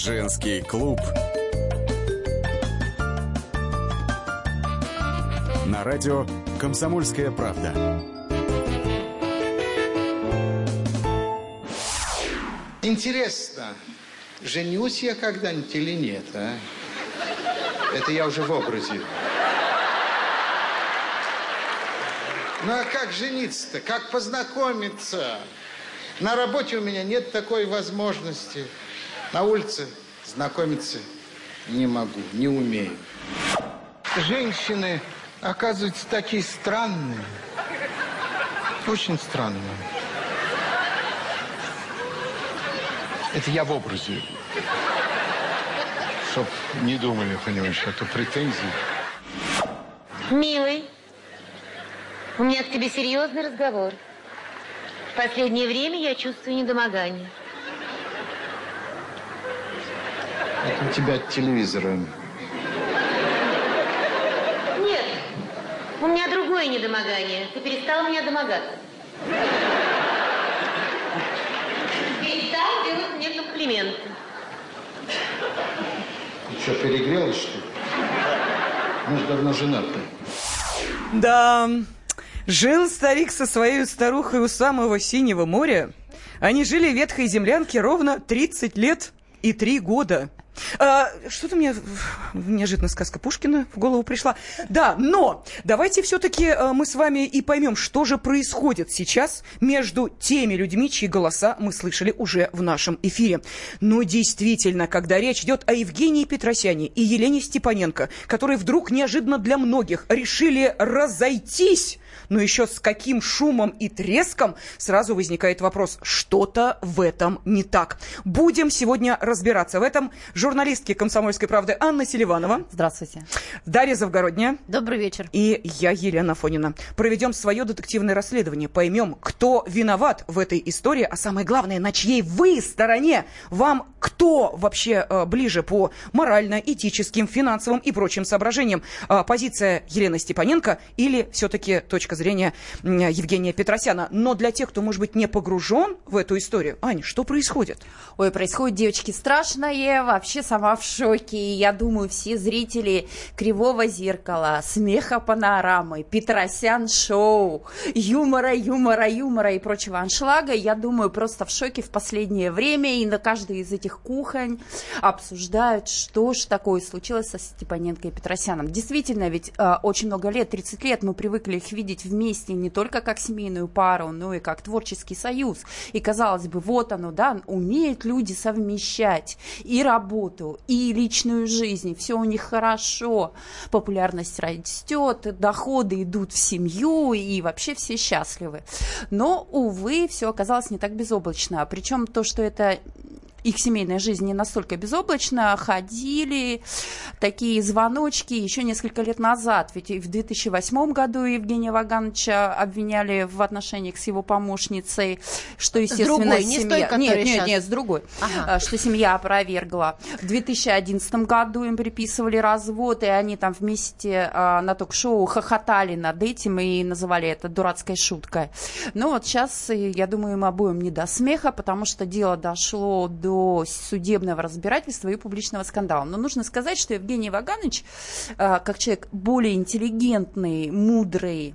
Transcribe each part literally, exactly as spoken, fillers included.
Женский клуб. На радио «Комсомольская правда». Интересно, женюсь я когда-нибудь или нет, а? Это я уже в образе. Ну а как жениться-то? Как познакомиться? На работе у меня нет такой возможности. На улице знакомиться не могу, не умею. Женщины, оказывается, такие странные. Очень странные. Это я в образе. Чтоб не думали, понимаешь, это претензии. Милый, у меня к тебе серьезный разговор. В последнее время я чувствую недомогание. Это у тебя от телевизора. Нет, у меня другое недомогание. Ты перестал меня домогаться. Перестал делать мне комплименты. Ты что, перегрелась, что ли? Мы же давно женаты. Да, жил старик со своей старухой у самого Синего моря. Они жили в ветхой землянке ровно тридцать лет и три года. А, что-то мне неожиданно сказка Пушкина в голову пришла. Да, но давайте все-таки а, мы с вами и поймем, что же происходит сейчас между теми людьми, чьи голоса мы слышали уже в нашем эфире. Но действительно, когда речь идет о Евгении Петросяне и Елене Степаненко, которые вдруг неожиданно для многих решили разойтись, но еще с каким шумом и треском, сразу возникает вопрос, что-то в этом не так. Будем сегодня разбираться в этом. Журналистки «Комсомольской правды» Анна Селиванова. Здравствуйте. Дарья Завгородняя. Добрый вечер. И я, Елена Афонина. Проведем свое детективное расследование, поймем, кто виноват в этой истории, а самое главное, на чьей вы стороне. Вам кто вообще э, ближе по морально-этическим, финансовым и прочим соображениям? Э, позиция Елены Степаненко или все-таки точка зрения э, Евгения Петросяна? Но для тех, кто, может быть, не погружен в эту историю, Аня, что происходит? Ой, происходит, девочки, страшное, вообще сама в шоке. И я думаю, все зрители «Кривого зеркала», «Смеха панорамы», «Петросян шоу», юмора, юмора, юмора и прочего аншлага, я думаю, просто в шоке в последнее время. И на каждой из этих кухонь обсуждают, что же такое случилось со Степаненко и Петросяном. Действительно, ведь э, очень много лет, тридцать лет, мы привыкли их видеть вместе не только как семейную пару, но и как творческий союз. И, казалось бы, вот оно, да, умеют люди совмещать и работу, и личную жизнь, все у них хорошо, популярность растет, доходы идут в семью, и вообще все счастливы. Но, увы, все оказалось не так безоблачно. Причем то, что это их семейная жизнь не настолько безоблачна, ходили такие звоночки еще несколько лет назад. Ведь в две тысячи восьмом году Евгения Вагановича обвиняли в отношениях с его помощницей, что, естественно, с другой, семья... не с той, нет, нет, сейчас... нет, с другой. Ага. Что семья опровергла. В две тысячи одиннадцатом году им приписывали развод, и они там вместе а, на ток-шоу хохотали над этим и называли это дурацкой шуткой. Но вот сейчас, я думаю, им обоим не до смеха, потому что дело дошло до до судебного разбирательства и публичного скандала. Но нужно сказать, что Евгений Ваганович, как человек более интеллигентный, мудрый,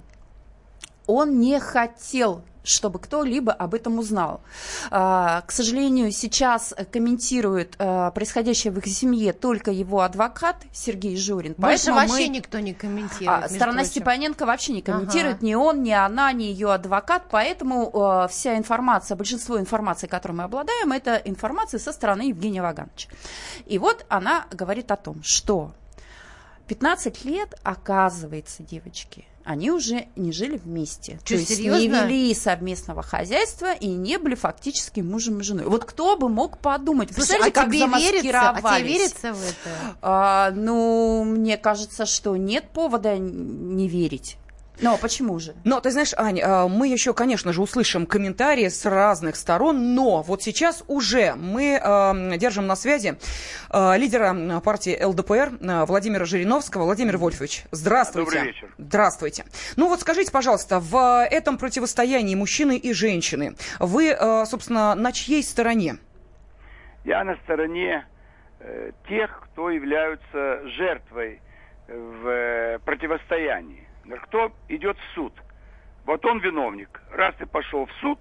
он не хотел, чтобы кто-либо об этом узнал. К сожалению, сейчас комментирует происходящее в их семье только его адвокат Сергей Журин. Больше вообще мы... никто не комментирует. Сторона прочим. Степаненко вообще не комментирует, ага. ни он, ни она, ни ее адвокат, поэтому вся информация, большинство информации, которой мы обладаем, это информация со стороны Евгения Вагановича. И вот она говорит о том, что пятнадцать лет, оказывается, девочки, они уже не жили вместе. Что, то есть серьезно? не вели совместного хозяйства и не были фактически мужем и женой. Вот кто бы мог подумать? Слушай, Представляете, а как тебе замаскировались? верится? А тебе верится в это? А, ну, мне кажется, что нет повода не верить. Но почему же? Но, ты знаешь, Ань, мы еще, конечно же, услышим комментарии с разных сторон, но вот сейчас уже мы э, держим на связи э, лидера партии эл дэ пэ эр Владимира Жириновского. Владимир Вольфович, здравствуйте. Добрый вечер. Здравствуйте. Ну вот скажите, пожалуйста, в этом противостоянии мужчины и женщины вы, э, собственно, на чьей стороне? Я на стороне э, тех, кто являются жертвой в э, противостоянии. Кто идет в суд? Вот он виновник. Раз ты пошел в суд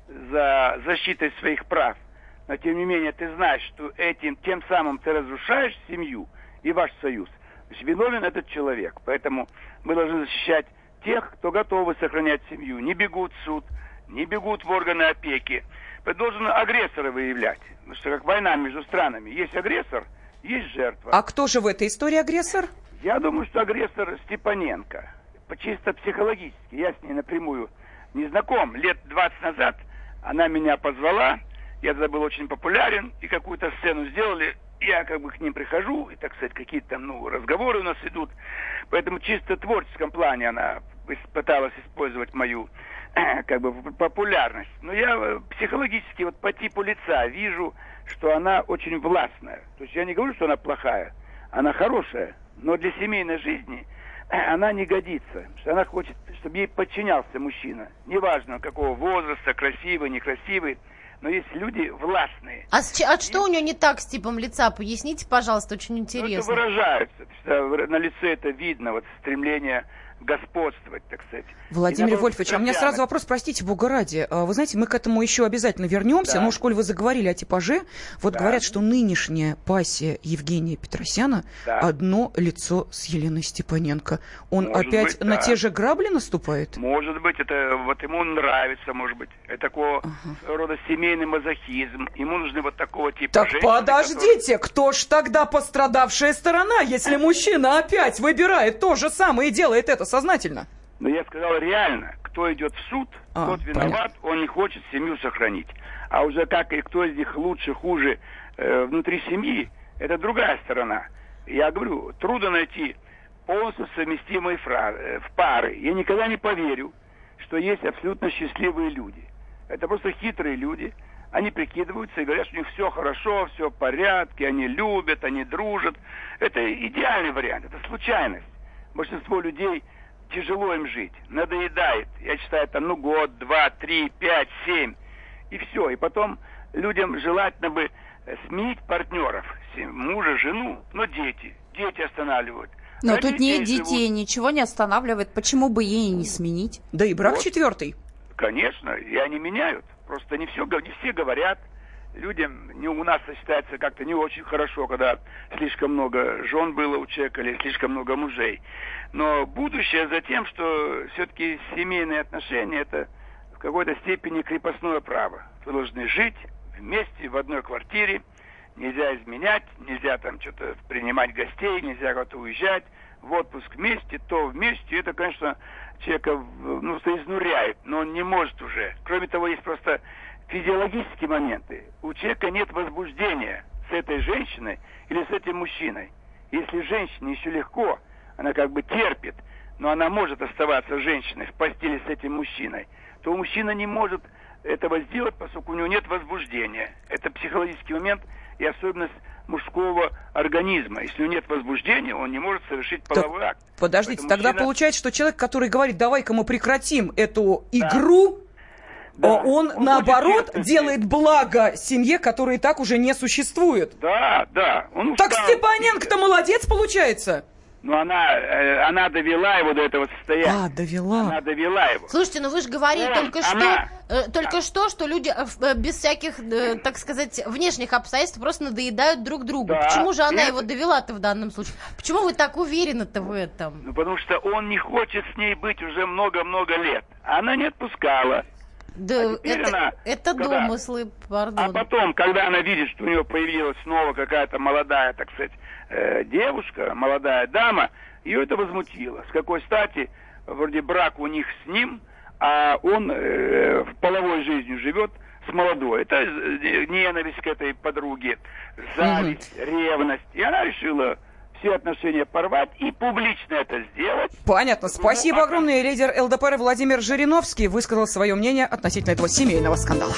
за защитой своих прав, но тем не менее ты знаешь, что этим тем самым ты разрушаешь семью и ваш союз. То есть виновен этот человек. Поэтому мы должны защищать тех, кто готовы сохранять семью. Не бегут в суд, не бегут в органы опеки. Должен агрессора выявлять. Потому что как война между странами. Есть агрессор, есть жертва. А кто же в этой истории агрессор? Я думаю, что агрессор Степаненко. Чисто психологически. Я с ней напрямую не знаком. Лет двадцать назад она меня позвала. Я тогда был очень популярен. И какую-то сцену сделали. Я как бы к ним прихожу. И, так сказать, какие-то там ну, разговоры у нас идут. Поэтому чисто в творческом плане она пыталась использовать мою как бы популярность. Но я психологически вот по типу лица вижу, что она очень властная. То есть я не говорю, что она плохая. Она хорошая. Но для семейной жизни она не годится. Что она хочет, чтобы ей подчинялся мужчина. Неважно, какого возраста, красивый, некрасивый. Но есть люди властные. А, с, а что у нее не так с типом лица? Поясните, пожалуйста, очень интересно. Ну, это выражается. Что на лице это видно. Вот стремление господствовать, так сказать. Владимир Вольфович, а у меня сразу вопрос, простите, бога ради. Вы знаете, мы к этому еще обязательно вернемся, да. Но уж коль вы заговорили о типаже, вот да. Говорят, что нынешняя пассия Евгения Петросяна да. Одно лицо с Еленой Степаненко. Он может опять быть, на да. те же грабли наступает? Может быть, это вот ему нравится, может быть. Это такого ага. рода семейный мазохизм. Ему нужны вот такого типа Так женщины, подождите, которые... кто ж тогда пострадавшая сторона, если мужчина опять выбирает то же самое и делает это сознательно? Но я сказал реально, кто идет в суд, а, тот виноват, понятно. Он не хочет семью сохранить. А уже как и кто из них лучше, хуже э, внутри семьи, это другая сторона. Я говорю, трудно найти полностью совместимые фразы, э, в пары. Я никогда не поверю, что есть абсолютно счастливые люди. Это просто хитрые люди. Они прикидываются и говорят, что у них все хорошо, все в порядке, они любят, они дружат. Это идеальный вариант, это случайность. Большинство людей тяжело им жить, надоедает. Я считаю, там, ну, год, два, три, пять, семь, и все. И потом людям желательно бы сменить партнеров, мужа, жену, но дети. Дети останавливают. Но тут нет детей, живут. Ничего не останавливает. Почему бы ей не сменить? Да и брак вот. Четвертый. Конечно, и они меняют. Просто не все, не все говорят. Людям, не, у нас считается как-то не очень хорошо, когда слишком много жен было у человека или слишком много мужей. Но будущее за тем, что все-таки семейные отношения – это в какой-то степени крепостное право. Вы должны жить вместе в одной квартире, нельзя изменять, нельзя там что-то принимать гостей, нельзя куда-то уезжать, в отпуск вместе, то вместе. Это, конечно, человека ну, изнуряет, но он не может уже. Кроме того, есть просто физиологические моменты. У человека нет возбуждения с этой женщиной или с этим мужчиной. Если женщине еще легко, она как бы терпит, но она может оставаться женщиной в постели с этим мужчиной, то мужчина не может этого сделать, поскольку у него нет возбуждения. Это психологический момент и особенность мужского организма. Если у него нет возбуждения, он не может совершить половой так, акт. Подождите, Поэтому тогда мужчина... получается, что человек, который говорит, давай-ка мы прекратим эту да. игру, да. Он, он, наоборот, делает благо семье, которая и так уже не существует. Да, да. Он так Степаненко-то молодец, получается. Но она, э, она довела его до этого состояния. А, довела. Она довела его. Слушайте, ну вы же говорили Он, только она... что, э, только да. что, что люди э, без всяких, э, так сказать, внешних обстоятельств просто надоедают друг другу. Да. Почему же она это... его довела-то в данном случае? Почему вы так уверены-то в этом? Ну, потому что он не хочет с ней быть уже много-много лет. Она не отпускала. Да, а это, она, это когда... домыслы, пардон. А потом, когда она видит, что у нее появилась снова какая-то молодая, так сказать, э, девушка, молодая дама, ее это возмутило. С какой стати, вроде брак у них с ним, а он э, в половой жизнью живет с молодой. Это ненависть к этой подруге, зависть, угу. ревность. И она решила все отношения порвать и публично это сделать. Понятно. Спасибо ну, огромное. Лидер ЛДПР Владимир Жириновский высказал свое мнение относительно этого семейного скандала.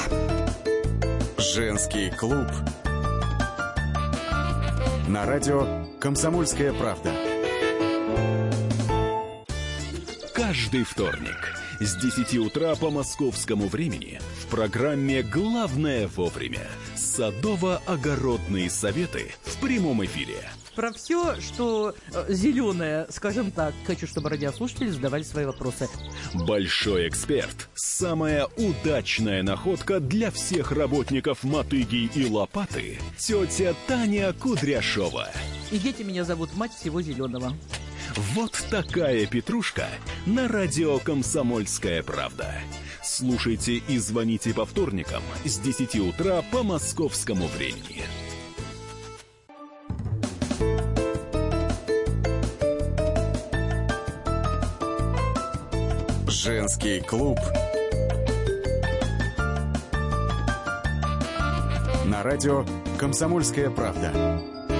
Женский клуб. На радио «Комсомольская правда». Каждый вторник С десяти утра по московскому времени в программе «Главное вовремя» садово-огородные советы в прямом эфире. Про все, что э, зеленое, скажем так, хочу, чтобы радиослушатели задавали свои вопросы. Большой эксперт. Самая удачная находка для всех работников мотыги и лопаты. Тетя Таня Кудряшова. И дети меня зовут мать всего зеленого. Вот такая петрушка на радио «Комсомольская правда». Слушайте и звоните по вторникам с десяти утра по московскому времени. Женский клуб на радио «Комсомольская правда».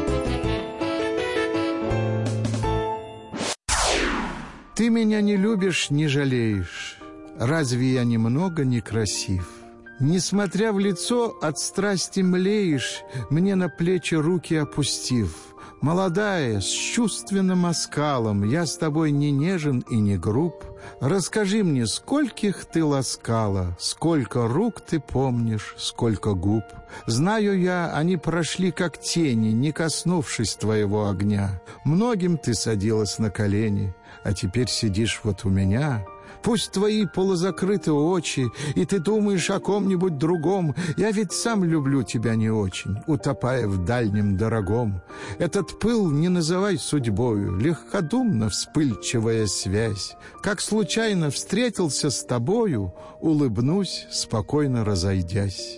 Ты меня не любишь, не жалеешь. Разве я немного некрасив? Несмотря в лицо, от страсти млеешь, мне на плечи руки опустив. Молодая, с чувственным оскалом, я с тобой не нежен и не груб. Расскажи мне, скольких ты ласкала, сколько рук ты помнишь, сколько губ. Знаю я, они прошли как тени, не коснувшись твоего огня. Многим ты садилась на колени, а теперь сидишь вот у меня. Пусть твои полузакрыты очи, и ты думаешь о ком-нибудь другом. Я ведь сам люблю тебя не очень, утопая в дальнем дорогом. Этот пыл не называй судьбою, легкодумно вспыльчивая связь. Как случайно встретился с тобою, улыбнусь, спокойно разойдясь.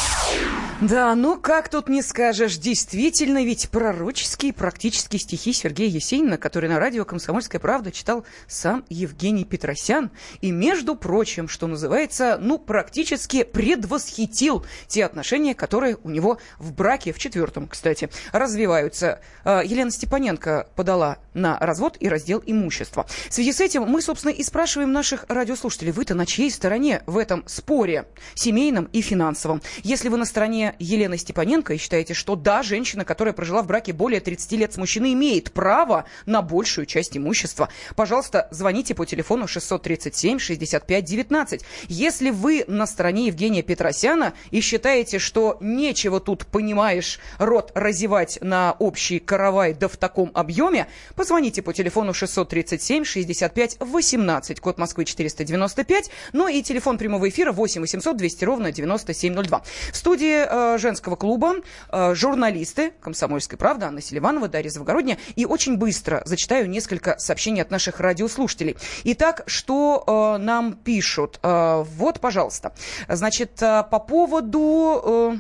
Да, ну как тут не скажешь, действительно, ведь пророческие практически стихи Сергея Есенина, которые на радио «Комсомольская правда» читал сам Евгений Петросян. И, между прочим, что называется, ну, практически предвосхитил те отношения, которые у него в браке, в четвертом, кстати, развиваются. Елена Степаненко подала на развод и раздел имущества. В связи с этим мы, собственно, и спрашиваем наших радиослушателей, вы-то на чьей стороне в этом споре семейном и финансовом? Если вы на стороне Елены Степаненко и считаете, что да, женщина, которая прожила в браке более тридцати лет с мужчиной, имеет право на большую часть имущества, пожалуйста, звоните по телефону шестьсот тридцать семь шестьдесят пять девятнадцать. Если вы на стороне Евгения Петросяна и считаете, что нечего тут, понимаешь, рот разевать на общий каравай да в таком объеме, позвоните по телефону шестьсот тридцать семь шестьдесят пять восемнадцать, код Москвы четыреста девяносто пять, ну и телефон прямого эфира восемь восемьсот двести ровно девяносто семь ноль два. В студии женского клуба журналисты «Комсомольской правды» Анна Селиванова, Дарья Завгородняя. И очень быстро зачитаю несколько сообщений от наших радиослушателей. Итак, что э, нам пишут? Э, вот, пожалуйста. Значит, э, по поводу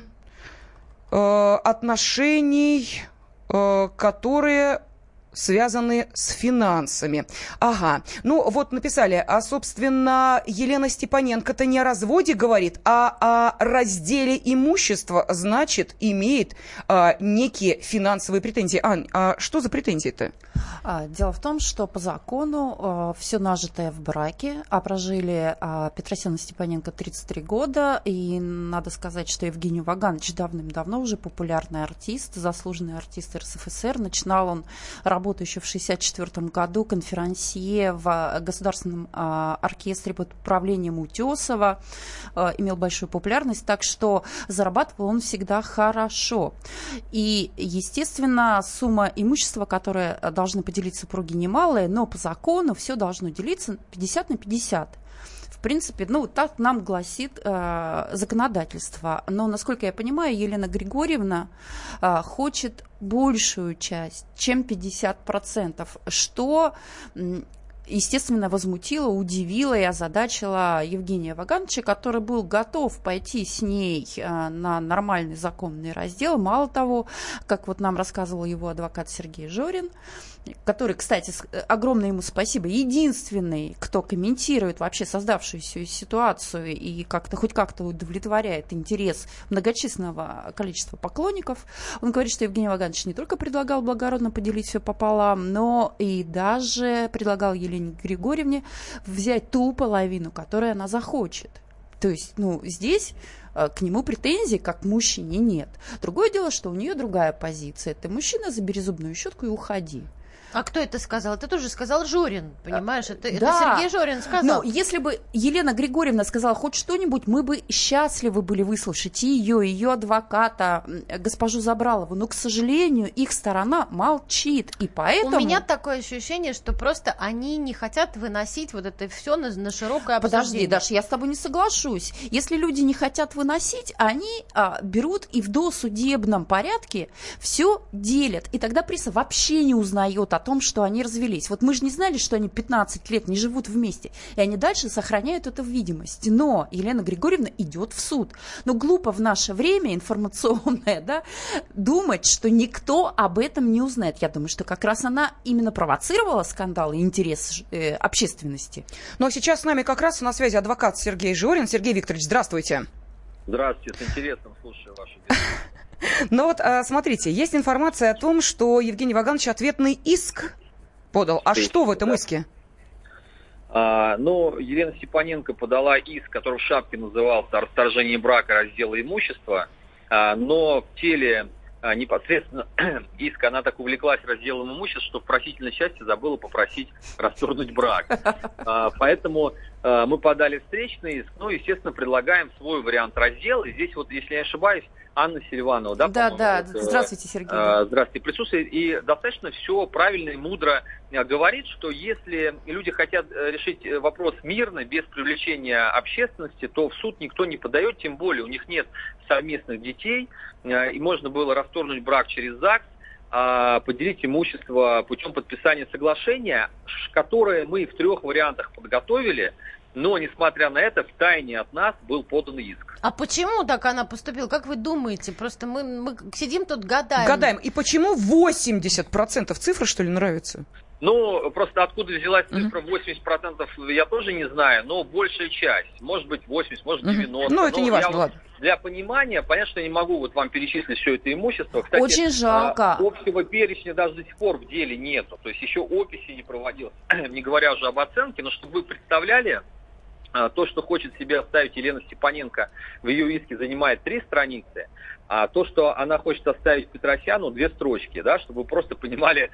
э, э, отношений, э, которые связаны с финансами. Ага. Ну, вот написали, а, собственно, Елена Степаненко-то не о разводе говорит, а о разделе имущества, значит, имеет а, некие финансовые претензии. Ань, а что за претензии-то? Дело в том, что по закону э, все нажитое в браке, а прожили э, Петросян и Степаненко тридцать три года, и надо сказать, что Евгений Ваганович давным-давно уже популярный артист, заслуженный артист эр эс эф эс эр. Начинал он работу еще в шестьдесят четвёртом году, конферансье в Государственном э, оркестре под управлением Утесова, э, имел большую популярность, так что зарабатывал он всегда хорошо. И, естественно, сумма имущества, которая должны поделить супруги, немалая, но по закону все должно делиться пятьдесят на пятьдесят. В принципе, ну, так нам гласит э, законодательство. Но, насколько я понимаю, Елена Григорьевна э, хочет большую часть, чем пятьдесят процентов, что, естественно, возмутило, удивило и озадачило Евгения Вагановича, который был готов пойти с ней э, на нормальный законный раздел. Мало того, как вот нам рассказывал его адвокат Сергей Жорин, который, кстати, огромное ему спасибо, единственный, кто комментирует вообще создавшуюся ситуацию и как-то хоть как-то удовлетворяет интерес многочисленного количества поклонников. Он говорит, что Евгений Ваганович не только предлагал благородно поделить все пополам, но и даже предлагал Елене Григорьевне взять ту половину, которую она захочет. То есть, ну, здесь к нему претензий, как к мужчине, нет. Другое дело, что у нее другая позиция. Ты мужчина, забери зубную щетку и уходи. А кто это сказал? Это тоже сказал Жорин, понимаешь? Это, Да. это Сергей Жорин сказал. Но если бы Елена Григорьевна сказала хоть что-нибудь, мы бы счастливы были выслушать и ее, и ее адвоката, госпожу Забралову. Но, к сожалению, их сторона молчит. И поэтому... У меня такое ощущение, что просто они не хотят выносить вот это все на, на широкое обсуждение. Подожди, Даша, я с тобой не соглашусь. Если люди не хотят выносить, они а, берут и в досудебном порядке все делят. И тогда пресса вообще не узнает о том, что они развелись. Вот мы же не знали, что они пятнадцать лет не живут вместе. И они дальше сохраняют эту видимость. Но Елена Григорьевна идет в суд. Но глупо в наше время информационное, да, думать, что никто об этом не узнает. Я думаю, что как раз она именно провоцировала скандал и интерес э, общественности. Ну а сейчас с нами как раз на связи адвокат Сергей Жорин. Сергей Викторович, здравствуйте. Здравствуйте, с интересом слушаю вашу беседу. Ну вот, смотрите, есть информация о том, что Евгений Ваганович ответный иск подал. А что в этом иске? А, ну, Елена Степаненко подала иск, который в шапке назывался «О расторжении брака, раздела имущества», а, но в теле а, непосредственно иска она так увлеклась разделом имущества, что в просительной части забыла попросить расторгнуть брак. А, поэтому а, мы подали встречный иск, ну, естественно, предлагаем свой вариант раздела. И здесь вот, если я не ошибаюсь, Анна Селиванова, да? Да, да, вот, здравствуйте, Сергей. Э, здравствуйте, присутствует. И достаточно все правильно и мудро говорит, что если люди хотят решить вопрос мирно, без привлечения общественности, то в суд никто не подает, тем более у них нет совместных детей, э, и можно было расторгнуть брак через ЗАГС, э, поделить имущество путем подписания соглашения, которое мы в трех вариантах подготовили. Но, несмотря на это, втайне от нас был подан иск. А почему так она поступила? Как вы думаете? Просто мы, мы сидим тут, гадаем. Гадаем. И почему восемьдесят процентов цифра, что ли, нравится? Ну, просто откуда взялась цифра восемьдесят процентов, я тоже не знаю, но большая часть. Может быть восемьдесят, может девяносто процентов. Ну, это не важно, ладно. Для понимания, понятно, что я не могу вот вам перечислить все это имущество. Кстати, очень жалко. Общего перечня даже до сих пор в деле нету. То есть еще описи не проводилось, не говоря уже об оценке. Но чтобы вы представляли, то, что хочет себе оставить Елена Степаненко в ее иске, занимает три страницы, а то, что она хочет оставить Петросяну, две строчки, да, чтобы вы просто понимали...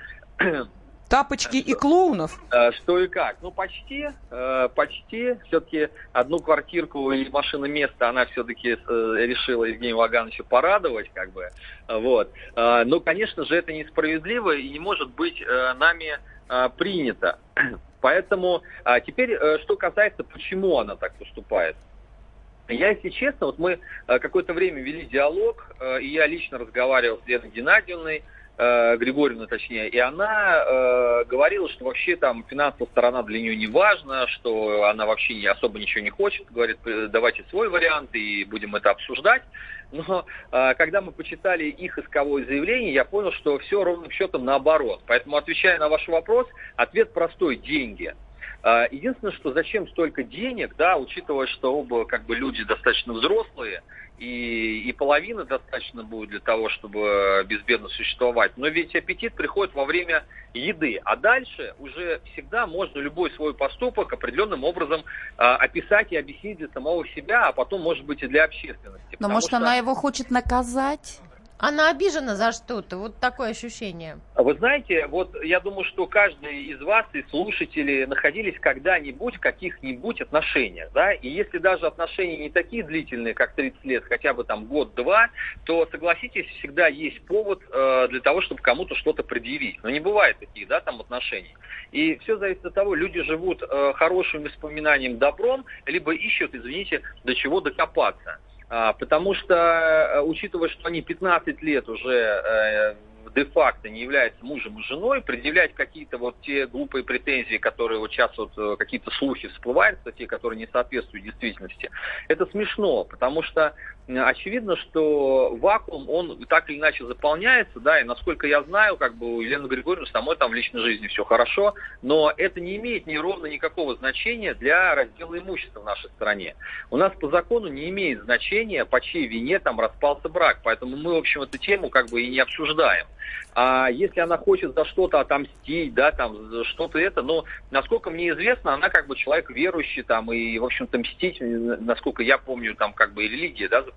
Тапочки и клоунов? Что и как. Ну, почти, почти. Все-таки одну квартирку и машину место она все-таки решила Евгения Вагановича порадовать, как бы. Вот. Но, конечно же, это несправедливо и не может быть нами принято. Поэтому а, теперь, что касается, почему она так поступает. Я, если честно, вот мы а, какое-то время вели диалог, а, и я лично разговаривал с Леной Геннадьевной, а, Григорьевной точнее, и она а, говорила, что вообще там финансовая сторона для нее не важна, что она вообще не, особо ничего не хочет, говорит, давайте свой вариант и будем это обсуждать. Но а, когда мы почитали их исковое заявление, я понял, что все ровным счетом наоборот. Поэтому, отвечая на ваш вопрос, ответ простой – деньги. А, единственное, что зачем столько денег, да, учитывая, что оба как бы люди достаточно взрослые, и, и половины достаточно будет для того, чтобы безбедно существовать. Но ведь аппетит приходит во время еды. А дальше уже всегда можно любой свой поступок определенным образом а, описать и объяснить для самого себя, а потом, может быть, и для общественности. Но, может, что... она его хочет наказать? Она обижена за что-то, вот такое ощущение. Вы знаете, вот я думаю, что каждый из вас, и слушатели, находились когда-нибудь в каких-нибудь отношениях, да, и если даже отношения не такие длительные, как тридцать лет, хотя бы там год-два, то, согласитесь, всегда есть повод э, для того, чтобы кому-то что-то предъявить. Но не бывает таких, да, там отношений. И все зависит от того, люди живут э, хорошим воспоминанием, добром, либо ищут, извините, до чего докопаться. Потому что, учитывая, что они пятнадцать лет уже де-факто не являются мужем и женой, предъявлять какие-то вот те глупые претензии, которые вот сейчас вот какие-то слухи всплывают, те, которые не соответствуют действительности, это смешно, потому что очевидно, что вакуум, он так или иначе заполняется, да, и насколько я знаю, как бы у Елены Григорьевны самой там в личной жизни все хорошо, но это не имеет ни ровно никакого значения для раздела имущества в нашей стране. У нас по закону не имеет значения, по чьей вине там распался брак, поэтому мы, в общем, эту тему как бы и не обсуждаем. А если она хочет за что-то отомстить, да, там, за что-то это, но, насколько мне известно, она как бы человек верующий, там, и, в общем-то, мстить, насколько я помню, там, как бы и религия, да, запрещена.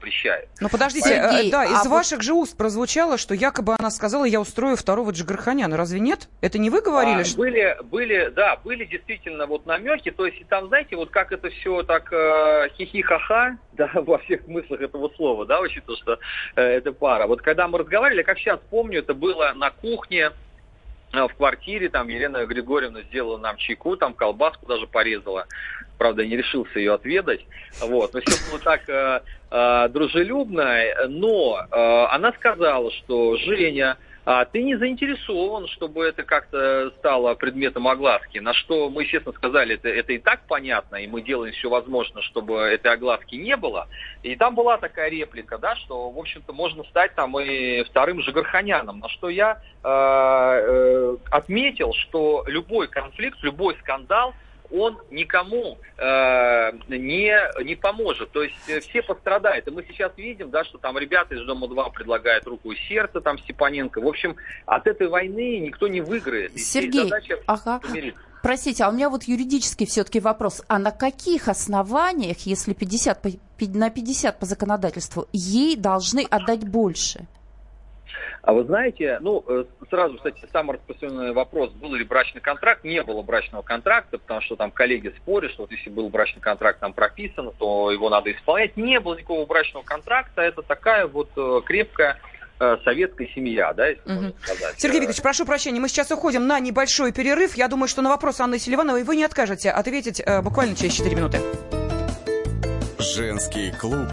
запрещает. Ну, подождите, Сергей, э, да, из а ваших вот... же уст прозвучало, что якобы она сказала, я устрою второго Джигарханяна. Разве нет? Это не вы говорили? А, что... Были, были, да, были действительно вот намеки, то есть там, знаете, вот как это все так э, хихи-ха-ха, да, во всех смыслах этого слова, да, учитывая, что э, это пара. Вот когда мы разговаривали, как сейчас помню, это было на кухне, в квартире, там Елена Григорьевна сделала нам чайку, там колбаску даже порезала. Правда, я не решился ее отведать. Вот. Но все было так э, э, дружелюбно. Но э, она сказала, что Женя, а ты не заинтересован, чтобы это как-то стало предметом огласки. На что мы, естественно, сказали, это, это и так понятно, и мы делаем все возможное, чтобы этой огласки не было. И там была такая реплика, да, что, в общем-то, можно стать там и вторым Джигарханяном. На что я э, э, отметил, что любой конфликт, любой скандал, он никому э, не, не поможет. То есть э, все пострадают. И мы сейчас видим, да, что там ребята из Дома-два предлагают руку и сердце, там Степаненко. В общем, от этой войны никто не выиграет. Сергей, ага. Простите, а у меня вот юридический все-таки вопрос. А на каких основаниях, если пятьдесят на пятьдесят по законодательству, ей должны отдать больше? А вы знаете, ну, сразу, кстати, самый распространенный вопрос, был ли брачный контракт. Не было брачного контракта, потому что там коллеги спорят, что вот если был брачный контракт там прописано, то его надо исполнять. Не было никакого брачного контракта, это такая вот крепкая советская семья, да, если угу. можно сказать. Сергей Викторович, прошу прощения, мы сейчас уходим на небольшой перерыв. Я думаю, что на вопрос Анны Селивановой вы не откажете ответить э, буквально через четыре минуты. Женский клуб.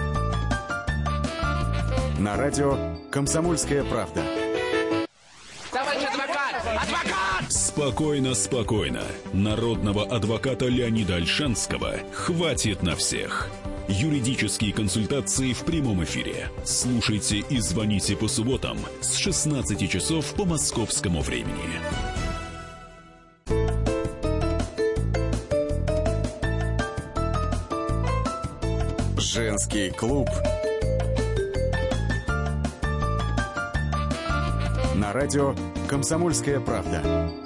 На радио «Комсомольская правда». Товарищ адвокат! Адвокат! Спокойно, спокойно. Народного адвоката Леонида Ольшанского хватит на всех. Юридические консультации в прямом эфире. Слушайте и звоните по субботам с шестнадцати часов по московскому времени. Женский клуб. На радио «Комсомольская правда».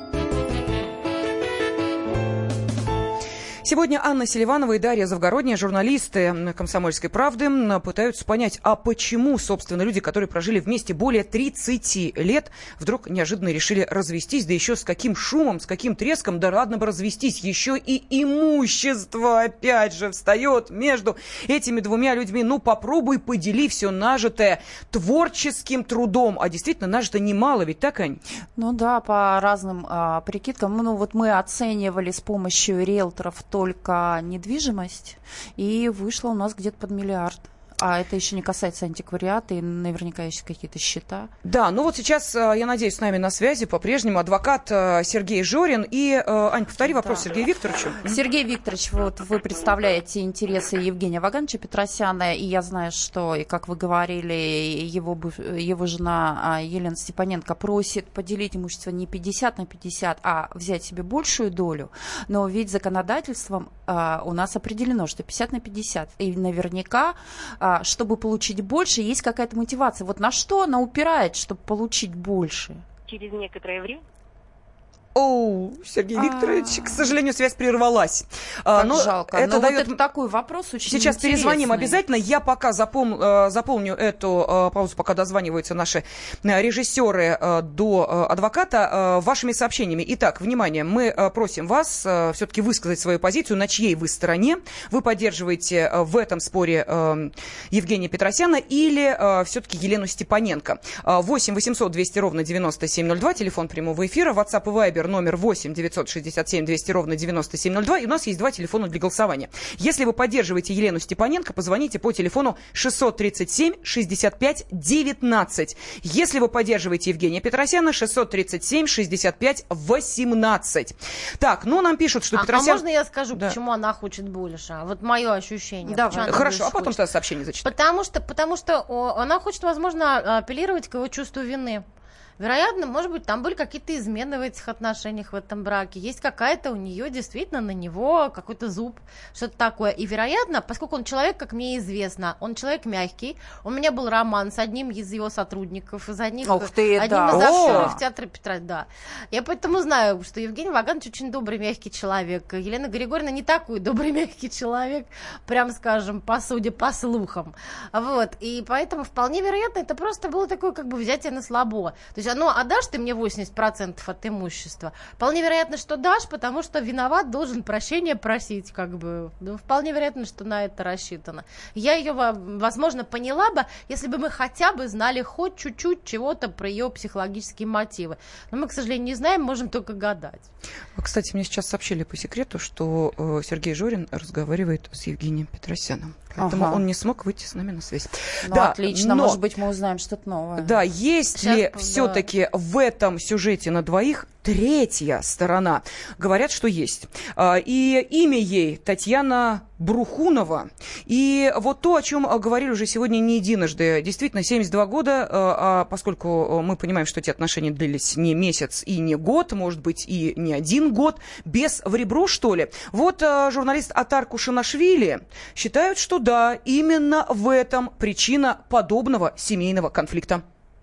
Сегодня Анна Селиванова и Дарья Завгородняя, журналисты «Комсомольской правды», пытаются понять, а почему, собственно, люди, которые прожили вместе более тридцати лет, вдруг неожиданно решили развестись, да еще с каким шумом, с каким треском, да ладно бы развестись, еще и имущество, опять же, встает между этими двумя людьми. Ну, попробуй подели все нажитое творческим трудом, а действительно нажито немало, ведь так, Ань? Ну да, по разным а, прикидкам. Ну вот мы оценивали с помощью риэлторов только недвижимость, и вышло у нас где-то под миллиард. А это еще не касается антиквариата, и наверняка есть какие-то счета. Да, ну вот сейчас, я надеюсь, с нами на связи по-прежнему адвокат Сергей Жорин. И, Ань, повтори вопрос да. Сергею Викторовичу. Сергей Викторович, вот вы представляете интересы Евгения Вагановича Петросяна, и я знаю, что, и как вы говорили, его, его жена Елена Степаненко просит поделить имущество не пятьдесят на пятьдесят, а взять себе большую долю. Но ведь законодательством а, у нас определено, что пятьдесят на пятьдесят. И наверняка чтобы получить больше, есть какая-то мотивация. Вот на что она упирает, чтобы получить больше? Через некоторое время. О, Сергей Викторович, к сожалению, связь прервалась. Как Но жалко. Это Но дает... вот это такой вопрос очень Сейчас интересный. Перезвоним обязательно. Я пока запом... заполню эту паузу, пока дозваниваются наши режиссеры до адвоката вашими сообщениями. Итак, внимание, мы просим вас все-таки высказать свою позицию, на чьей вы стороне. Вы поддерживаете в этом споре Евгения Петросяна или все-таки Елену Степаненко. восемь восемьсот двести ровно девяносто семь ноль два, телефон прямого эфира, WhatsApp и Viber номер восемь девятьсот шестьдесят семь двести ровно девяносто семь ноль два. И у нас есть два телефона для голосования. Если вы поддерживаете Елену Степаненко, позвоните по телефону шестьсот тридцать семь шестьдесят пять девятнадцать. Если вы поддерживаете Евгения Петросяна, шестьсот тридцать семь шестьдесят пять восемнадцать. Так, ну нам пишут, что а, Петросян... А можно я скажу, да. почему она хочет больше? Вот мое ощущение. Да, хорошо, а потом тогда сообщение зачитаю. Потому что, потому что о, она хочет, возможно, апеллировать к его чувству вины. Вероятно, может быть, там были какие-то измены в этих отношениях, в этом браке. Есть какая-то у нее действительно на него какой-то зуб, что-то такое. И, вероятно, поскольку он человек, как мне известно, он человек мягкий. У меня был роман с одним из его сотрудников, из одних, Ух ты, одним да. из актеров театра Петра. Да. Я поэтому знаю, что Евгений Ваганович очень добрый, мягкий человек. Елена Григорьевна не такой добрый, мягкий человек, прям скажем, по судя по слухам. Вот. И поэтому вполне вероятно, это просто было такое как бы взятие на слабо. То есть, ну, а дашь ты мне восемьдесят процентов от имущества? Вполне вероятно, что дашь, потому что виноват должен прощения просить, как бы. Ну, вполне вероятно, что на это рассчитано. Я ее, возможно, поняла бы, если бы мы хотя бы знали хоть чуть-чуть чего-то про ее психологические мотивы. Но мы, к сожалению, не знаем, можем только гадать. Кстати, мне сейчас сообщили по секрету, что э, Сергей Жорин разговаривает с Евгением Петросяном. Поэтому ага. он не смог выйти с нами на связь. Ну, да, отлично, но, может быть, мы узнаем что-то новое. Да, есть Сейчас, ли да. все-таки в этом сюжете на двоих третья сторона? Говорят, что есть. И имя ей Татьяна Брухунова. И вот то, о чем говорили уже сегодня не единожды. Действительно, семьдесят два года, а поскольку мы понимаем, что эти отношения длились не месяц и не год, может быть, и не один год, без в ребро, что ли. Вот журналист Атар Кушанашвили считают, что да, именно в этом причина подобного семейного конфликта.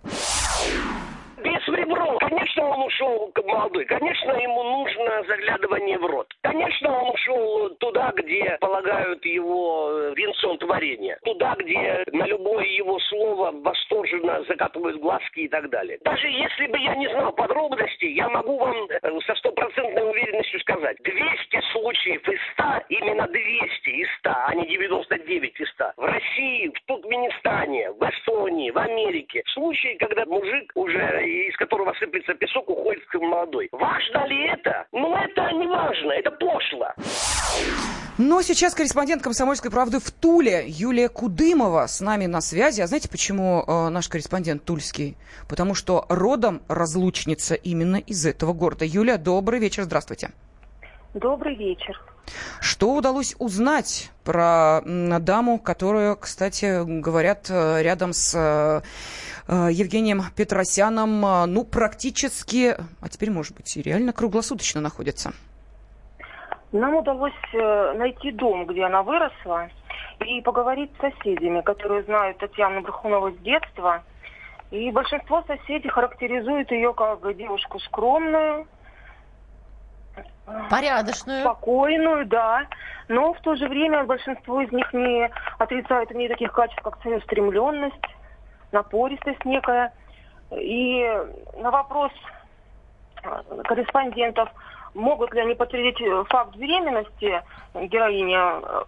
Конечно, он ушел молодой. Конечно, ему нужно заглядывание в рот. Конечно, он ушел туда, где полагают его венцом творения. Туда, где на любое его слово восторженно закатывают глазки и так далее. Даже если бы я не знал подробностей, я могу вам со стопроцентной уверенностью сказать. двести случаев из ста, именно двести из ста, а не девяносто девять из ста. В России, в Туркменистане, в Эстонии, в Америке. Случаи, когда мужик, уже из которого сыпется песок, уходит к молодой. Важно ли это? Ну, это не важно, это пошло. Но сейчас корреспондент «Комсомольской правды» в Туле Юлия Кудымова с нами на связи. А знаете, почему э, наш корреспондент тульский? Потому что родом разлучница именно из этого города. Юля, добрый вечер, здравствуйте. Добрый вечер. Что удалось узнать про м, даму, которую, кстати, говорят, рядом с э, Евгением Петросяном, э, ну, практически, а теперь, может быть, и реально круглосуточно находится? Нам удалось найти дом, где она выросла, и поговорить с соседями, которые знают Татьяну Брухунову с детства. И большинство соседей характеризует ее как девушку скромную, порядочную, спокойную, да. Но в то же время большинство из них не отрицают в ней таких качеств, как целеустремленность, напористость некая. И на вопрос корреспондентов, могут ли они подтвердить факт беременности героини,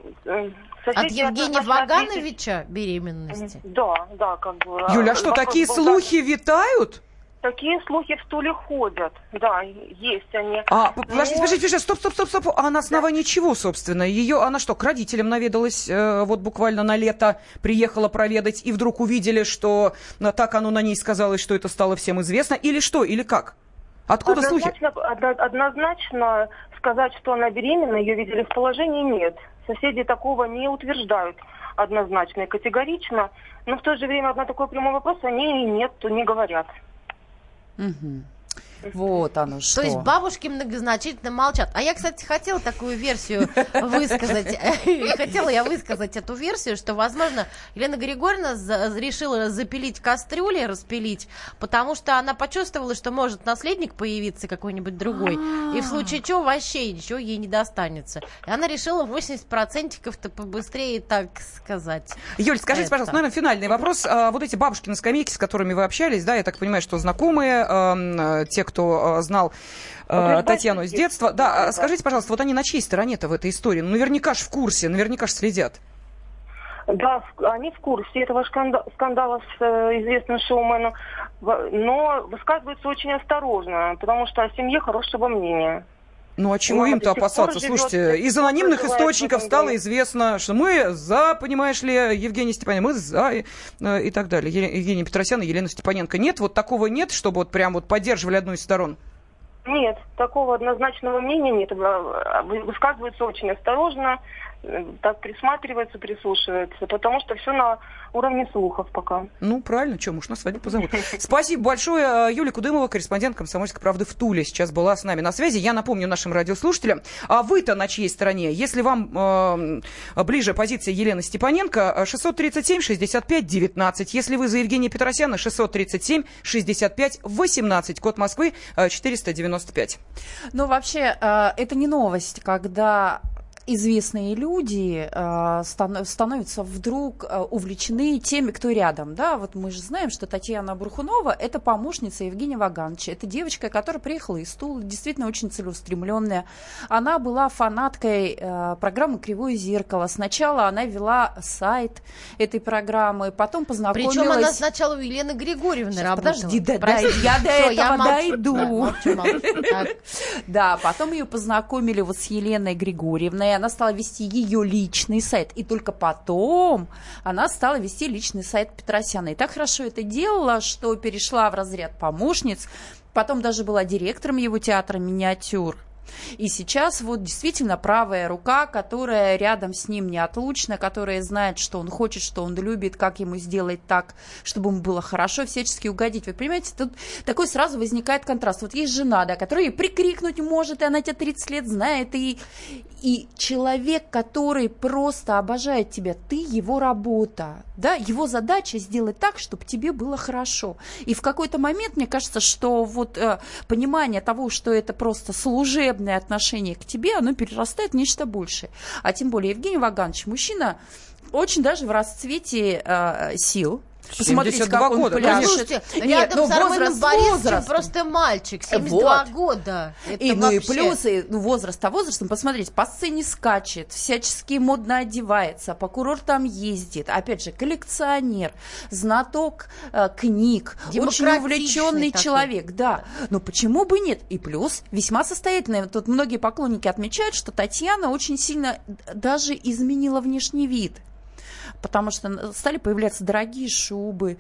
от Евгения Вагановича беременности? Да, да, как бы. Юля, а что, такие слухи витают? Такие слухи в Туле ходят, да, есть они. А, подождите, подождите, подождите, стоп, стоп, стоп, стоп. А на основании да. чего, собственно? Ее, она что, к родителям наведалась, э, вот буквально на лето, приехала проведать, и вдруг увидели, что ну, так оно на ней сказалось, что это стало всем известно, или что, или как? Откуда однозначно, слухи? Однозначно сказать, что она беременна, ее видели в положении, нет. Соседи такого не утверждают однозначно и категорично, но в то же время на такой прямой вопрос они нет, то не говорят. Угу. Вот оно что. То есть бабушки многозначительно молчат. А я, кстати, хотела такую версию высказать. Хотела я высказать эту версию, что, возможно, Елена Григорьевна решила запилить кастрюли, распилить, потому что она почувствовала, что может наследник появиться какой-нибудь другой, и в случае чего вообще ничего ей не достанется. И она решила восемьдесят процентов-то побыстрее, так сказать. Юль, скажите, пожалуйста, наверное, финальный вопрос. Вот эти бабушки на скамейке, с которыми вы общались, да, я так понимаю, что знакомые, те, кто знал э, Татьяну с детства. Да, да, скажите, пожалуйста, вот они на чьей стороне-то в этой истории? Ну, наверняка ж в курсе, наверняка ж следят. Да, они в курсе этого скандала с э, известным шоуменом, но высказываются очень осторожно, потому что о семье хорошего мнения. Ну, а чего им-то опасаться? Слушайте, из анонимных источников стало известно, что мы за, понимаешь ли, Евгения Степаненко, мы за и, и так далее. Евгения Петросяна и Елена Степаненко. Нет, вот такого нет, чтобы вот прям вот поддерживали одну из сторон? Нет, такого однозначного мнения нет. Высказываются очень осторожно, так присматривается, прислушивается, потому что все на уровне слухов пока. Ну, правильно, что, муж на свадьбу позовут. Спасибо большое. Юлия Кудымова, корреспондент «Комсомольской правды» в Туле, сейчас была с нами на связи. Я напомню нашим радиослушателям, а вы-то на чьей стороне? Если вам э, ближе позиция Елены Степаненко, шестьсот тридцать семь шестьдесят пять девятнадцать. Если вы за Евгения Петросяна, шестьсот тридцать семь шестьдесят пять восемнадцать. Код Москвы четыреста девяносто пять. Ну, вообще, э, это не новость, когда известные люди э, станов, становятся вдруг э, увлечены теми, кто рядом. Да? Вот мы же знаем, что Татьяна Бурхунова – это помощница Евгения Вагановича. Это девочка, которая приехала из Тулы, действительно очень целеустремленная. Она была фанаткой э, программы «Кривое зеркало». Сначала она вела сайт этой программы, потом познакомилась... Причем она сначала у Елены Григорьевны Сейчас, работала. Подожди, да, да, я до Всё, этого я дойду. Да, потом ее познакомили вот с Еленой Григорьевной. Она стала вести ее личный сайт, и только потом она стала вести личный сайт Петросяна. И так хорошо это делала, что перешла в разряд помощниц, потом даже была директором его театра «Миниатюр». И сейчас вот действительно правая рука, которая рядом с ним неотлучна, которая знает, что он хочет, что он любит, как ему сделать так, чтобы ему было хорошо, всячески угодить. Вы понимаете, тут такой сразу возникает контраст. Вот есть жена, да, которая прикрикнуть может, и она тебя тридцать лет знает, и, и человек, который просто обожает тебя, ты его работа, да, его задача сделать так, чтобы тебе было хорошо. И в какой-то момент, мне кажется, что вот э, понимание того, что это просто служебное отношение к тебе, оно перерастает в нечто большее. А тем более Евгений Ваганович, мужчина очень даже в расцвете э, сил. Посмотрите, как он года. пляшет. Слушайте, рядом ну, с Арменом Борисовичем просто мальчик, семьдесят два вот. года. Это и, ну и вообще... плюсы, ну, возраст, а возрастом, посмотрите, по сцене скачет, всячески модно одевается, по курортам ездит, опять же, коллекционер, знаток э, книг, очень увлеченный такой человек, да. Но почему бы нет? И плюс весьма состоятельный. Тут многие поклонники отмечают, что Татьяна очень сильно даже изменила внешний вид. Потому что стали появляться дорогие шубы,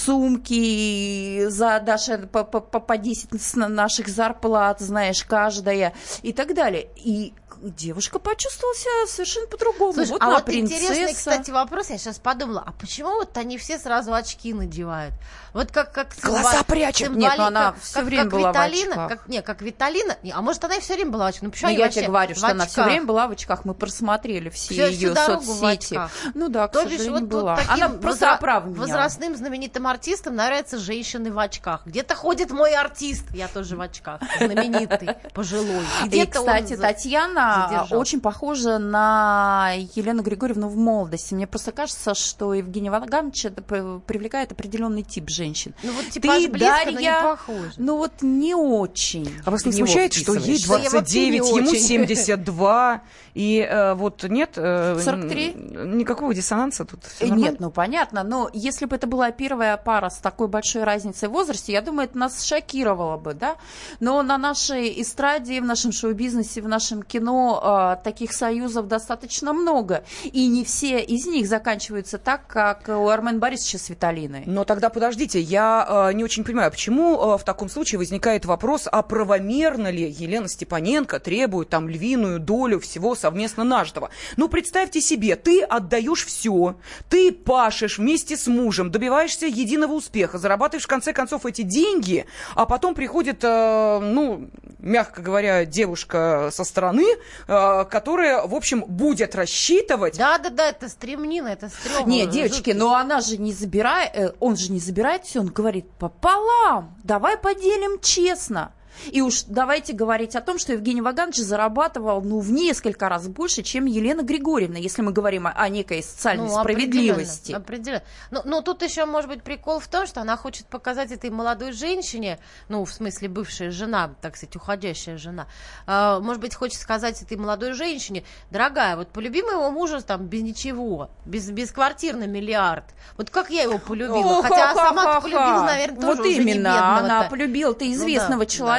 сумки за Даша по, по, по десять наших зарплат, знаешь, каждая и так далее. И девушка почувствовала себя совершенно по-другому. Слушай, вот а она вот принцесса. Интересный, кстати, вопрос. Я сейчас подумала, а почему вот они все сразу очки надевают? Вот как как глаза прячет. Нет, но она как, все как, время как была Виталина, в очках. Как, не, как Виталина. Не, а может, она и все время была в очках? Ну, почему ну, они я вообще тебе говорю, что в она все время была в очках. Мы просмотрели все, все ее соцсети. Ну да, к То сожалению, бишь, вот, была. Вот она просто оправа меняла. Возрастным знаменитым артистам нравятся женщины в очках. Где-то ходит мой артист, я тоже в очках, знаменитый, пожилой. И, кстати, Татьяна очень похожа на Елену Григорьевну в молодости. Мне просто кажется, что Евгения Вагановича привлекает определенный тип женщин. Ну вот типаж Ты, близко, Дарья, но не похоже. Ну вот не очень. А вас не смущает, что ей двадцать девять, ему семьдесят два, и э, вот нет э, сорок три? Никакого диссонанса тут? Нет, ну понятно, но если бы это была первая пара с такой большой разницей в возрасте, я думаю, это нас шокировало бы, да? Но на нашей эстраде, в нашем шоу-бизнесе, в нашем кино э, таких союзов достаточно много, и не все из них заканчиваются так, как у Армена Борисовича с Виталиной. Но тогда подождите, я э, не очень понимаю, почему э, в таком случае возникает вопрос, а правомерно ли Елена Степаненко требует там львиную долю всего совместно нажитого? Ну, представьте себе, ты отдаешь все, ты пашешь вместе с мужем, добиваешься единого успеха, зарабатываешь в конце концов эти деньги, а потом приходит, э, ну, мягко говоря, девушка со стороны, э, которая, в общем, будет рассчитывать... Да-да-да, это стремнина, это стрёмно. Нет, девочки, но она же не забирает, он же не забирает все, он говорит пополам, давай поделим честно. И уж давайте говорить о том, что Евгений Ваганович зарабатывал, ну, в несколько раз больше, чем Елена Григорьевна, если мы говорим о, о некой социальной ну, справедливости. Определенно, определенно. Но, но тут еще может быть прикол в том, что она хочет показать этой молодой женщине, ну, в смысле бывшая жена, так сказать, уходящая жена, э, может быть, хочет сказать этой молодой женщине, дорогая, вот полюби моего мужа там без ничего, без, без квартир на миллиард. Вот как я его полюбила, О, хотя ха-ха-ха-ха. сама полюбила, наверное, тоже вот уже именно, не бедного-то. она полюбила ты известного ну, да, человека,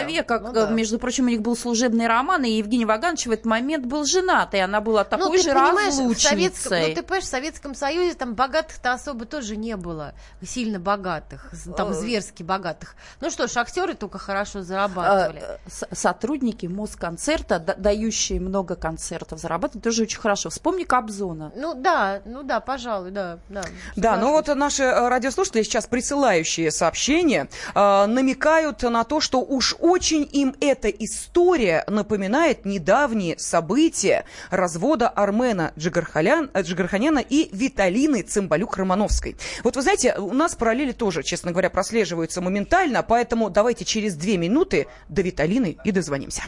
человека. Ну, да. Между прочим, у них был служебный роман, и Евгений Ваганович в этот момент был женат, и она была такой ну, же разлучницей. В разлучницей. ну, ты понимаешь, в Советском Союзе там богатых-то особо тоже не было, сильно богатых, там зверски богатых. Ну что ж, актеры только хорошо зарабатывали. Сотрудники Москонцерта, дающие много концертов, зарабатывают тоже очень хорошо. Вспомни Кобзона. Ну да, ну да, пожалуй, да. Да, да, ну вот наши радиослушатели сейчас, присылающие сообщения, э, намекают на то, что уж очень им эта история напоминает недавние события развода Армена Джигарханян, Джигарханяна и Виталины Цымбалюк-Романовской. Вот вы знаете, у нас параллели тоже, честно говоря, прослеживаются моментально, поэтому давайте через две минуты до Виталины и дозвонимся.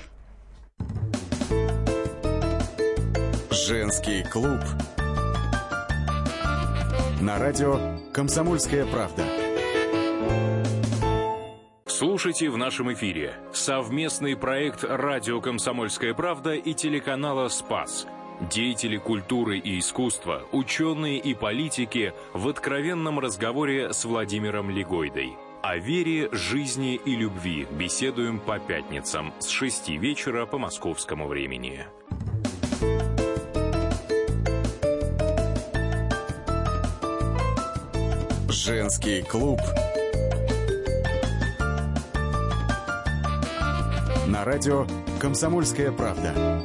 Женский клуб на радио «Комсомольская правда». Слушайте в нашем эфире совместный проект «Радио Комсомольская правда» и телеканала «Спас». Деятели культуры и искусства, ученые и политики в откровенном разговоре с Владимиром Легойдой. О вере, жизни и любви беседуем по пятницам с шести вечера по московскому времени. Женский клуб на радио «Комсомольская правда».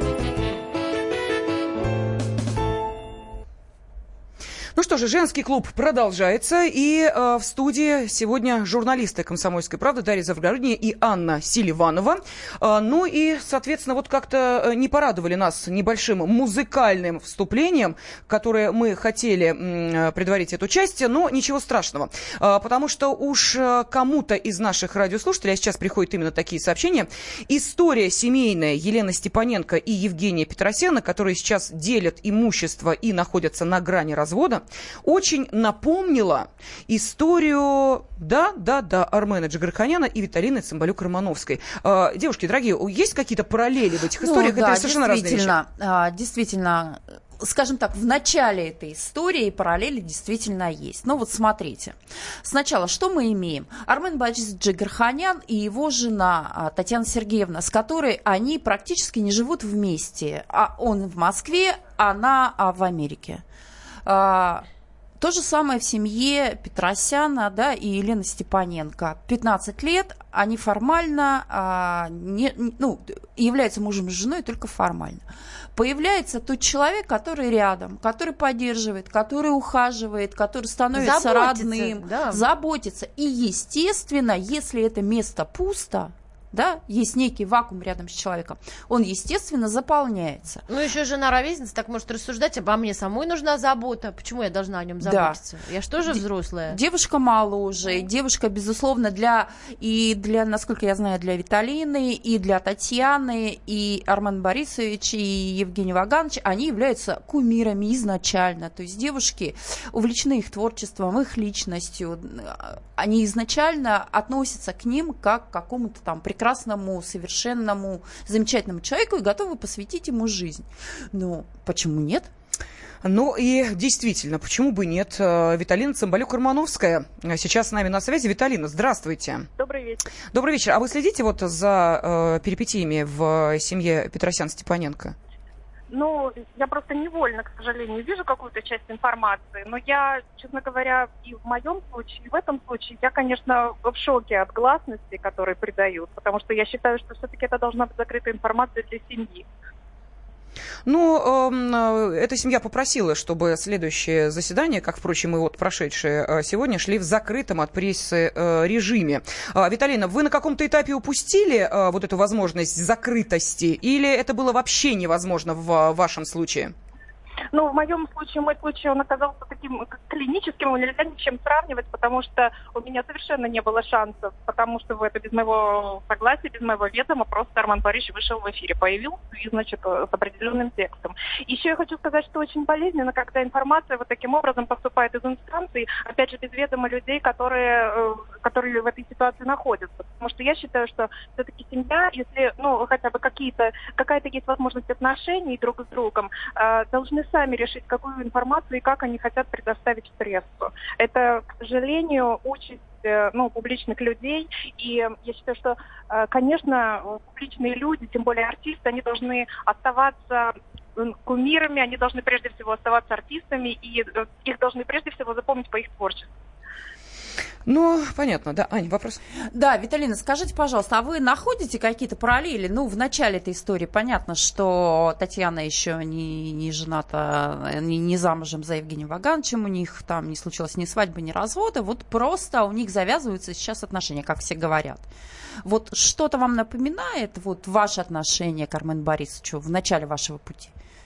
Ну что же, женский клуб продолжается, и э, в студии сегодня журналисты «Комсомольской правды» Дарья Завгородняя и Анна Селиванова. Э, ну и, соответственно, вот как-то не порадовали нас небольшим музыкальным вступлением, которое мы хотели м, предварить эту часть, но ничего страшного, э, потому что уж кому-то из наших радиослушателей, а сейчас приходят именно такие сообщения, история семейная Елены Степаненко и Евгения Петросяна, которые сейчас делят имущество и находятся на грани развода, очень напомнила историю, да, да, да, Армена Джигарханяна и Виталины Цымбалюк-Романовской. Э, девушки, дорогие, есть какие-то параллели в этих историях? Ну, да, это совершенно разные вещи. Действительно, действительно, скажем так, в начале этой истории параллели действительно есть. Ну вот смотрите. Сначала что мы имеем? Армен Борисович Джигарханян и его жена Татьяна Сергеевна, с которой они практически не живут вместе. А он в Москве, она в Америке. А, то же самое в семье Петросяна, да, и Елены Степаненко. пятнадцать лет, они формально а, не, ну, являются мужем и женой только формально. Появляется тот человек, который рядом, который поддерживает, который ухаживает, который становится заботится, родным, да. заботится. И, естественно, если это место пусто, да, есть некий вакуум рядом с человеком, он, естественно, заполняется. Ну, еще жена ровесница так может рассуждать, обо мне самой нужна забота, почему я должна о нем заботиться? Да. Я же тоже взрослая. Девушка моложе, девушка, безусловно, для, и для, насколько я знаю, для Виталины, и для Татьяны, и Армен Борисович, и Евгений Ваганович, они являются кумирами изначально, то есть девушки увлечены их творчеством, их личностью, они изначально относятся к ним как к какому-то там прекрасному прекрасному, совершенному, замечательному человеку и готовы посвятить ему жизнь. Ну, почему нет? Ну и действительно, почему бы нет? Виталина Цымбалюк-Романовская сейчас с нами на связи. Виталина, здравствуйте. Добрый вечер. Добрый вечер. А вы следите вот за э, перипетиями в семье Петросян-Степаненко? Ну, я просто невольно, к сожалению, вижу какую-то часть информации, но я, честно говоря, и в моем случае, и в этом случае, я, конечно, в шоке от гласности, которые придают, потому что я считаю, что все-таки это должна быть закрытая информация для семьи. Ну, э, эта семья попросила, чтобы следующее заседание, как, впрочем, и вот прошедшие э, сегодня, шли в закрытом от прессы э, режиме. Э, Виталина, вы на каком-то этапе упустили э, вот эту возможность закрытости, или это было вообще невозможно в, в вашем случае? Ну, в моем случае, мой случай, он оказался таким клиническим, его нельзя ни с чем сравнивать, потому что у меня совершенно не было шансов, потому что это без моего согласия, без моего ведома, просто Армен Борисович вышел в эфире, появился и, значит, с определенным текстом. Еще я хочу сказать, что очень болезненно, когда информация вот таким образом поступает из инстанций, опять же, без ведома людей, которые, которые в этой ситуации находятся. Потому что я считаю, что все-таки семья, если, ну, хотя бы какие-то, какая-то есть возможность отношений друг с другом, должны сами решить, какую информацию и как они хотят предоставить в прессу. Это, к сожалению, участь ну, публичных людей. И я считаю, что, конечно, публичные люди, тем более артисты, они должны оставаться кумирами, они должны прежде всего оставаться артистами, и их должны прежде всего запомнить по их творчеству. Ну, понятно, да. Ань, вопрос? Да, Виталина, скажите, пожалуйста, а вы находите какие-то параллели? Ну, в начале этой истории понятно, что Татьяна еще не, не жената, не, не замужем за Евгением Вагановичем, у них там не случилось ни свадьбы, ни развода, вот просто у них завязываются сейчас отношения, как все говорят. Вот что-то вам напоминает вот ваши отношения к Армену Борисовичу в начале вашего пути?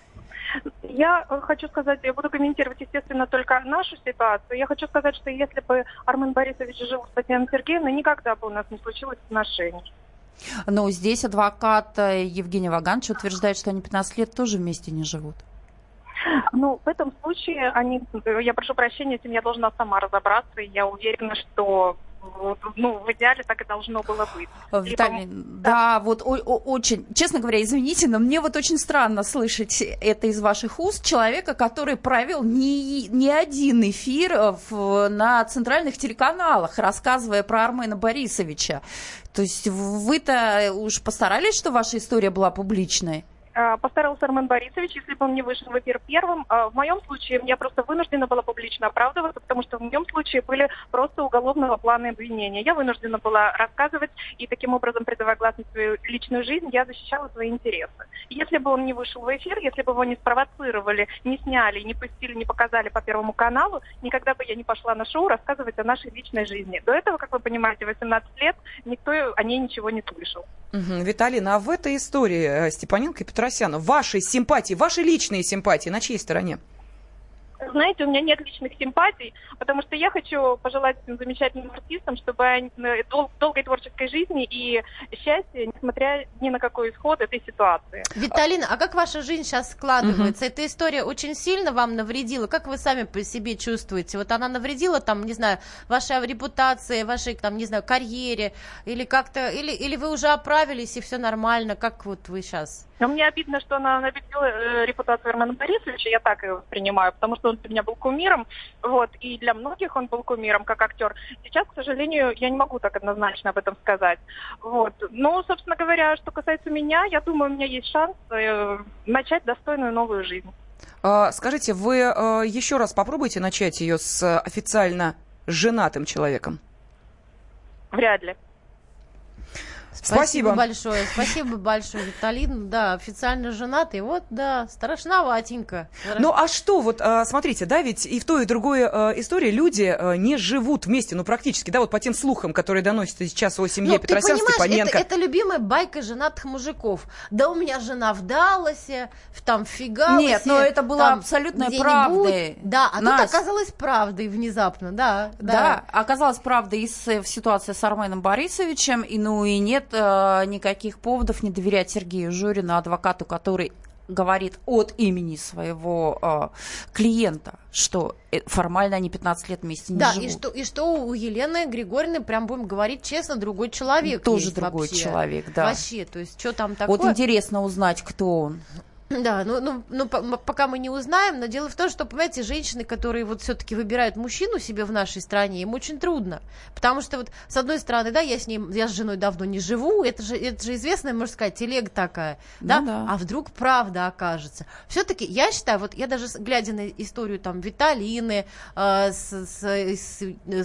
Я хочу сказать, я буду комментировать, естественно, только нашу ситуацию. Я хочу сказать, что если бы Армен Борисович жил с Татьяной Сергеевной, никогда бы у нас не случилось отношений. Но здесь адвокат Евгения Вагановича утверждает, что они пятнадцать лет тоже вместе не живут. Ну, в этом случае они, я прошу прощения, этим я должна сама разобраться, и я уверена, что ну, в идеале так и должно было быть. Виталий, Либо... да, да, вот о- о- очень, честно говоря, извините, но мне вот очень странно слышать это из ваших уст, человека, который провел не, не один эфир в, на центральных телеканалах, рассказывая про Армена Борисовича. То есть вы-то уж постарались, что ваша история была публичной? Постарался Армен Борисович, если бы он не вышел в эфир первым. В моем случае я просто вынуждена была публично оправдываться, потому что в моем случае были просто уголовного плана обвинения. Я вынуждена была рассказывать и таким образом, придавая гласность свою личную жизнь, я защищала свои интересы. Если бы он не вышел в эфир, если бы его не спровоцировали, не сняли, не пустили, не показали по Первому каналу, никогда бы я не пошла на шоу рассказывать о нашей личной жизни. До этого, как вы понимаете, восемнадцать лет, никто о ней ничего не слышал. Угу. Виталина, а в этой истории Степаненко и Петросяна ваши симпатии, ваши личные симпатии на чьей стороне? Знаете, у меня нет личных симпатий, потому что я хочу пожелать этим замечательным артистам, чтобы они дол- долгой творческой жизни и счастья, несмотря ни на какой исход этой ситуации. Виталина, а как ваша жизнь сейчас складывается? Угу. Эта история очень сильно вам навредила? Как вы сами по себе чувствуете? Вот она навредила, там, не знаю, вашей репутации, вашей, там, не знаю, карьере, или как-то, или, или вы уже оправились и все нормально? Как вот вы сейчас? Но мне обидно, что она навредила э, репутацию Армена Борисовича, я так его воспринимаю, потому что он для меня был кумиром, вот, и для многих он был кумиром как актер. Сейчас, к сожалению, я не могу так однозначно об этом сказать. Вот. Но, собственно говоря, что касается меня, я думаю, у меня есть шанс э, начать достойную новую жизнь. А, скажите, вы э, еще раз попробуйте начать ее с официально женатым человеком? Вряд ли. Спасибо. Спасибо большое, спасибо большое, Виталин. Да, официально женатый, вот, да, страшноватенько. Ну, а что, вот, смотрите, да, ведь и в той, и в другой истории люди не живут вместе, ну, практически, да, вот по тем слухам, которые доносятся сейчас о семье ну, Петросян, Степаненко. Это, это любимая байка женатых мужиков. Да у меня жена в Далласе, там в Фигаласе. Нет, но это было абсолютной правдой. Да, а Настя. Тут оказалось правдой внезапно, да. Да, да оказалось правдой и с, в ситуации с Арменом Борисовичем, и, ну, и нет никаких поводов не доверять Сергею Журину, адвокату, который говорит от имени своего э, клиента, что формально они пятнадцать лет вместе не да, живут. Да, и что, и что у Елены Григорьевны, прям будем говорить честно, другой человек тоже есть другой вообще. человек, да. Вообще, то есть что там такое? Вот интересно узнать, кто он. Да, ну, ну, ну пока мы не узнаем, но дело в том, что, понимаете, женщины, которые вот все-таки выбирают мужчину себе в нашей стране, им очень трудно, потому что вот с одной стороны, да, я с ней, я с женой давно не живу, это же, это же известная, можно сказать, телега такая, да, ну, да. А вдруг правда окажется. Все-таки я считаю, вот я даже глядя на историю там Виталины э, с, с, с,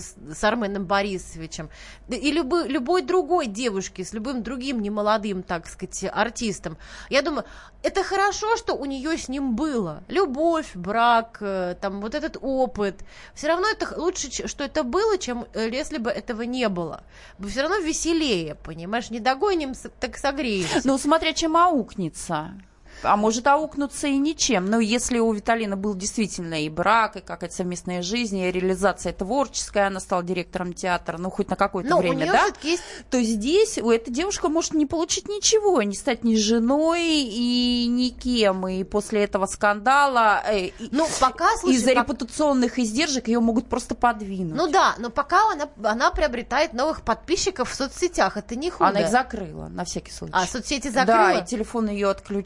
с Арменом Борисовичем и любой, любой другой девушки с любым другим немолодым, так сказать, артистом, я думаю, это хорошо, что у нее с ним было. Любовь, брак, там, вот этот опыт. Все равно это лучше, что это было, чем если бы этого не было. Все равно веселее, понимаешь? Не догоним, так согреемся. Ну, смотря чем аукнется. А может аукнуться и ничем. Но если у Виталины был действительно и брак, и какая-то совместная жизнь, и реализация творческая, она стала директором театра, ну, хоть на какое-то Но время, да, есть... то здесь у этой девушки может не получить ничего, не стать ни женой и никем. И после этого скандала э, ну, пока, слушай, из-за как... репутационных издержек ее могут просто подвинуть. Ну да, но пока она, она приобретает новых подписчиков в соцсетях, это не худо. Она их закрыла, на всякий случай. А, соцсети закрыла? Да, и телефон ее отключен, и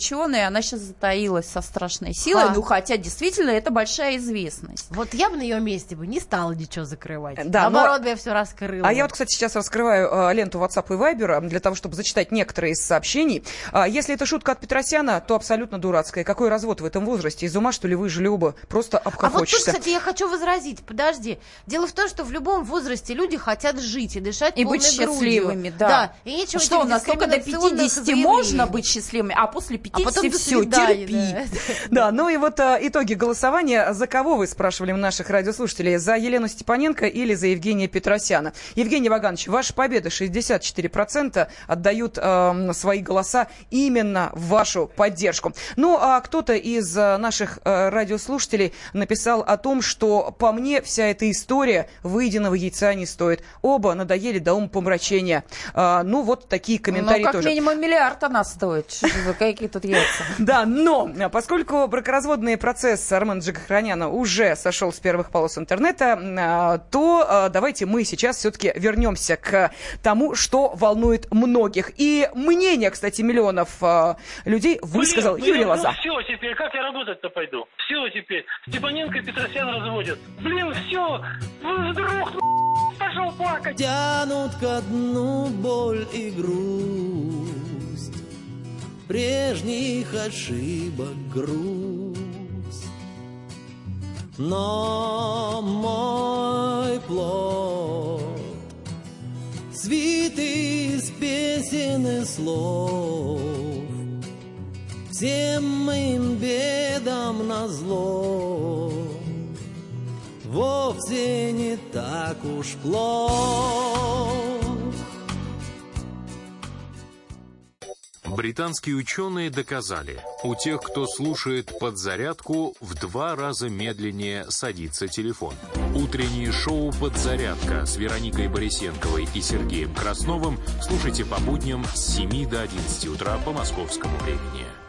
и она сейчас затаилась со страшной силой. А. Ну, хотя действительно это большая известность. Вот я бы на ее месте бы не стала ничего закрывать. Да, Наоборот, но... бы я все раскрыла. А я вот, кстати, сейчас раскрываю э, ленту WhatsApp и Viber для того, чтобы зачитать некоторые из сообщений. А, если это шутка от Петросяна, то абсолютно дурацкая. Какой развод в этом возрасте? Из ума, что ли, выжили оба? Просто обхохочешься. А вот тут, кстати, я хочу возразить. Подожди. Дело в том, что в любом возрасте люди хотят жить и дышать И полной быть грудью. счастливыми, да. Да. И нечего что у нас только до пятидесяти можно быть счастливыми, а после пятидесяти все, терпи. Да, ну и вот а, итоги голосования. За кого вы спрашивали наших радиослушателей? За Елену Степаненко или за Евгения Петросяна? Евгений Ваганович, ваша победа. шестьдесят четыре процента отдают э, свои голоса именно в вашу поддержку. Ну, а кто-то из э, наших э, радиослушателей написал о том, что по мне вся эта история выеденного яйца не стоит. Оба надоели до умопомрачения. Э, ну, вот такие комментарии ну, как тоже. минимум миллиард она стоит. Какие тут яйца? Да, но поскольку бракоразводный процесс Армена Джигарханяна уже сошел с первых полос интернета, то давайте мы сейчас все-таки вернемся к тому, что волнует многих. И мнение, кстати, миллионов людей высказал блин, Юрий блин, Лоза. Ну все теперь, как я работать-то пойду? Все теперь. Степаненко и Петросян разводят. Блин, все, вдруг пошел плакать. Тянут ко дну боль и грусть, прежних ошибок грусть. Но мой плод свит из песен и слов, всем моим бедам назло, вовсе не так уж плох. Британские ученые доказали, у тех, кто слушает «Подзарядку», в два раза медленнее садится телефон. Утреннее шоу «Подзарядка» с Вероникой Борисенковой и Сергеем Красновым слушайте по будням с семи до одиннадцати утра по московскому времени.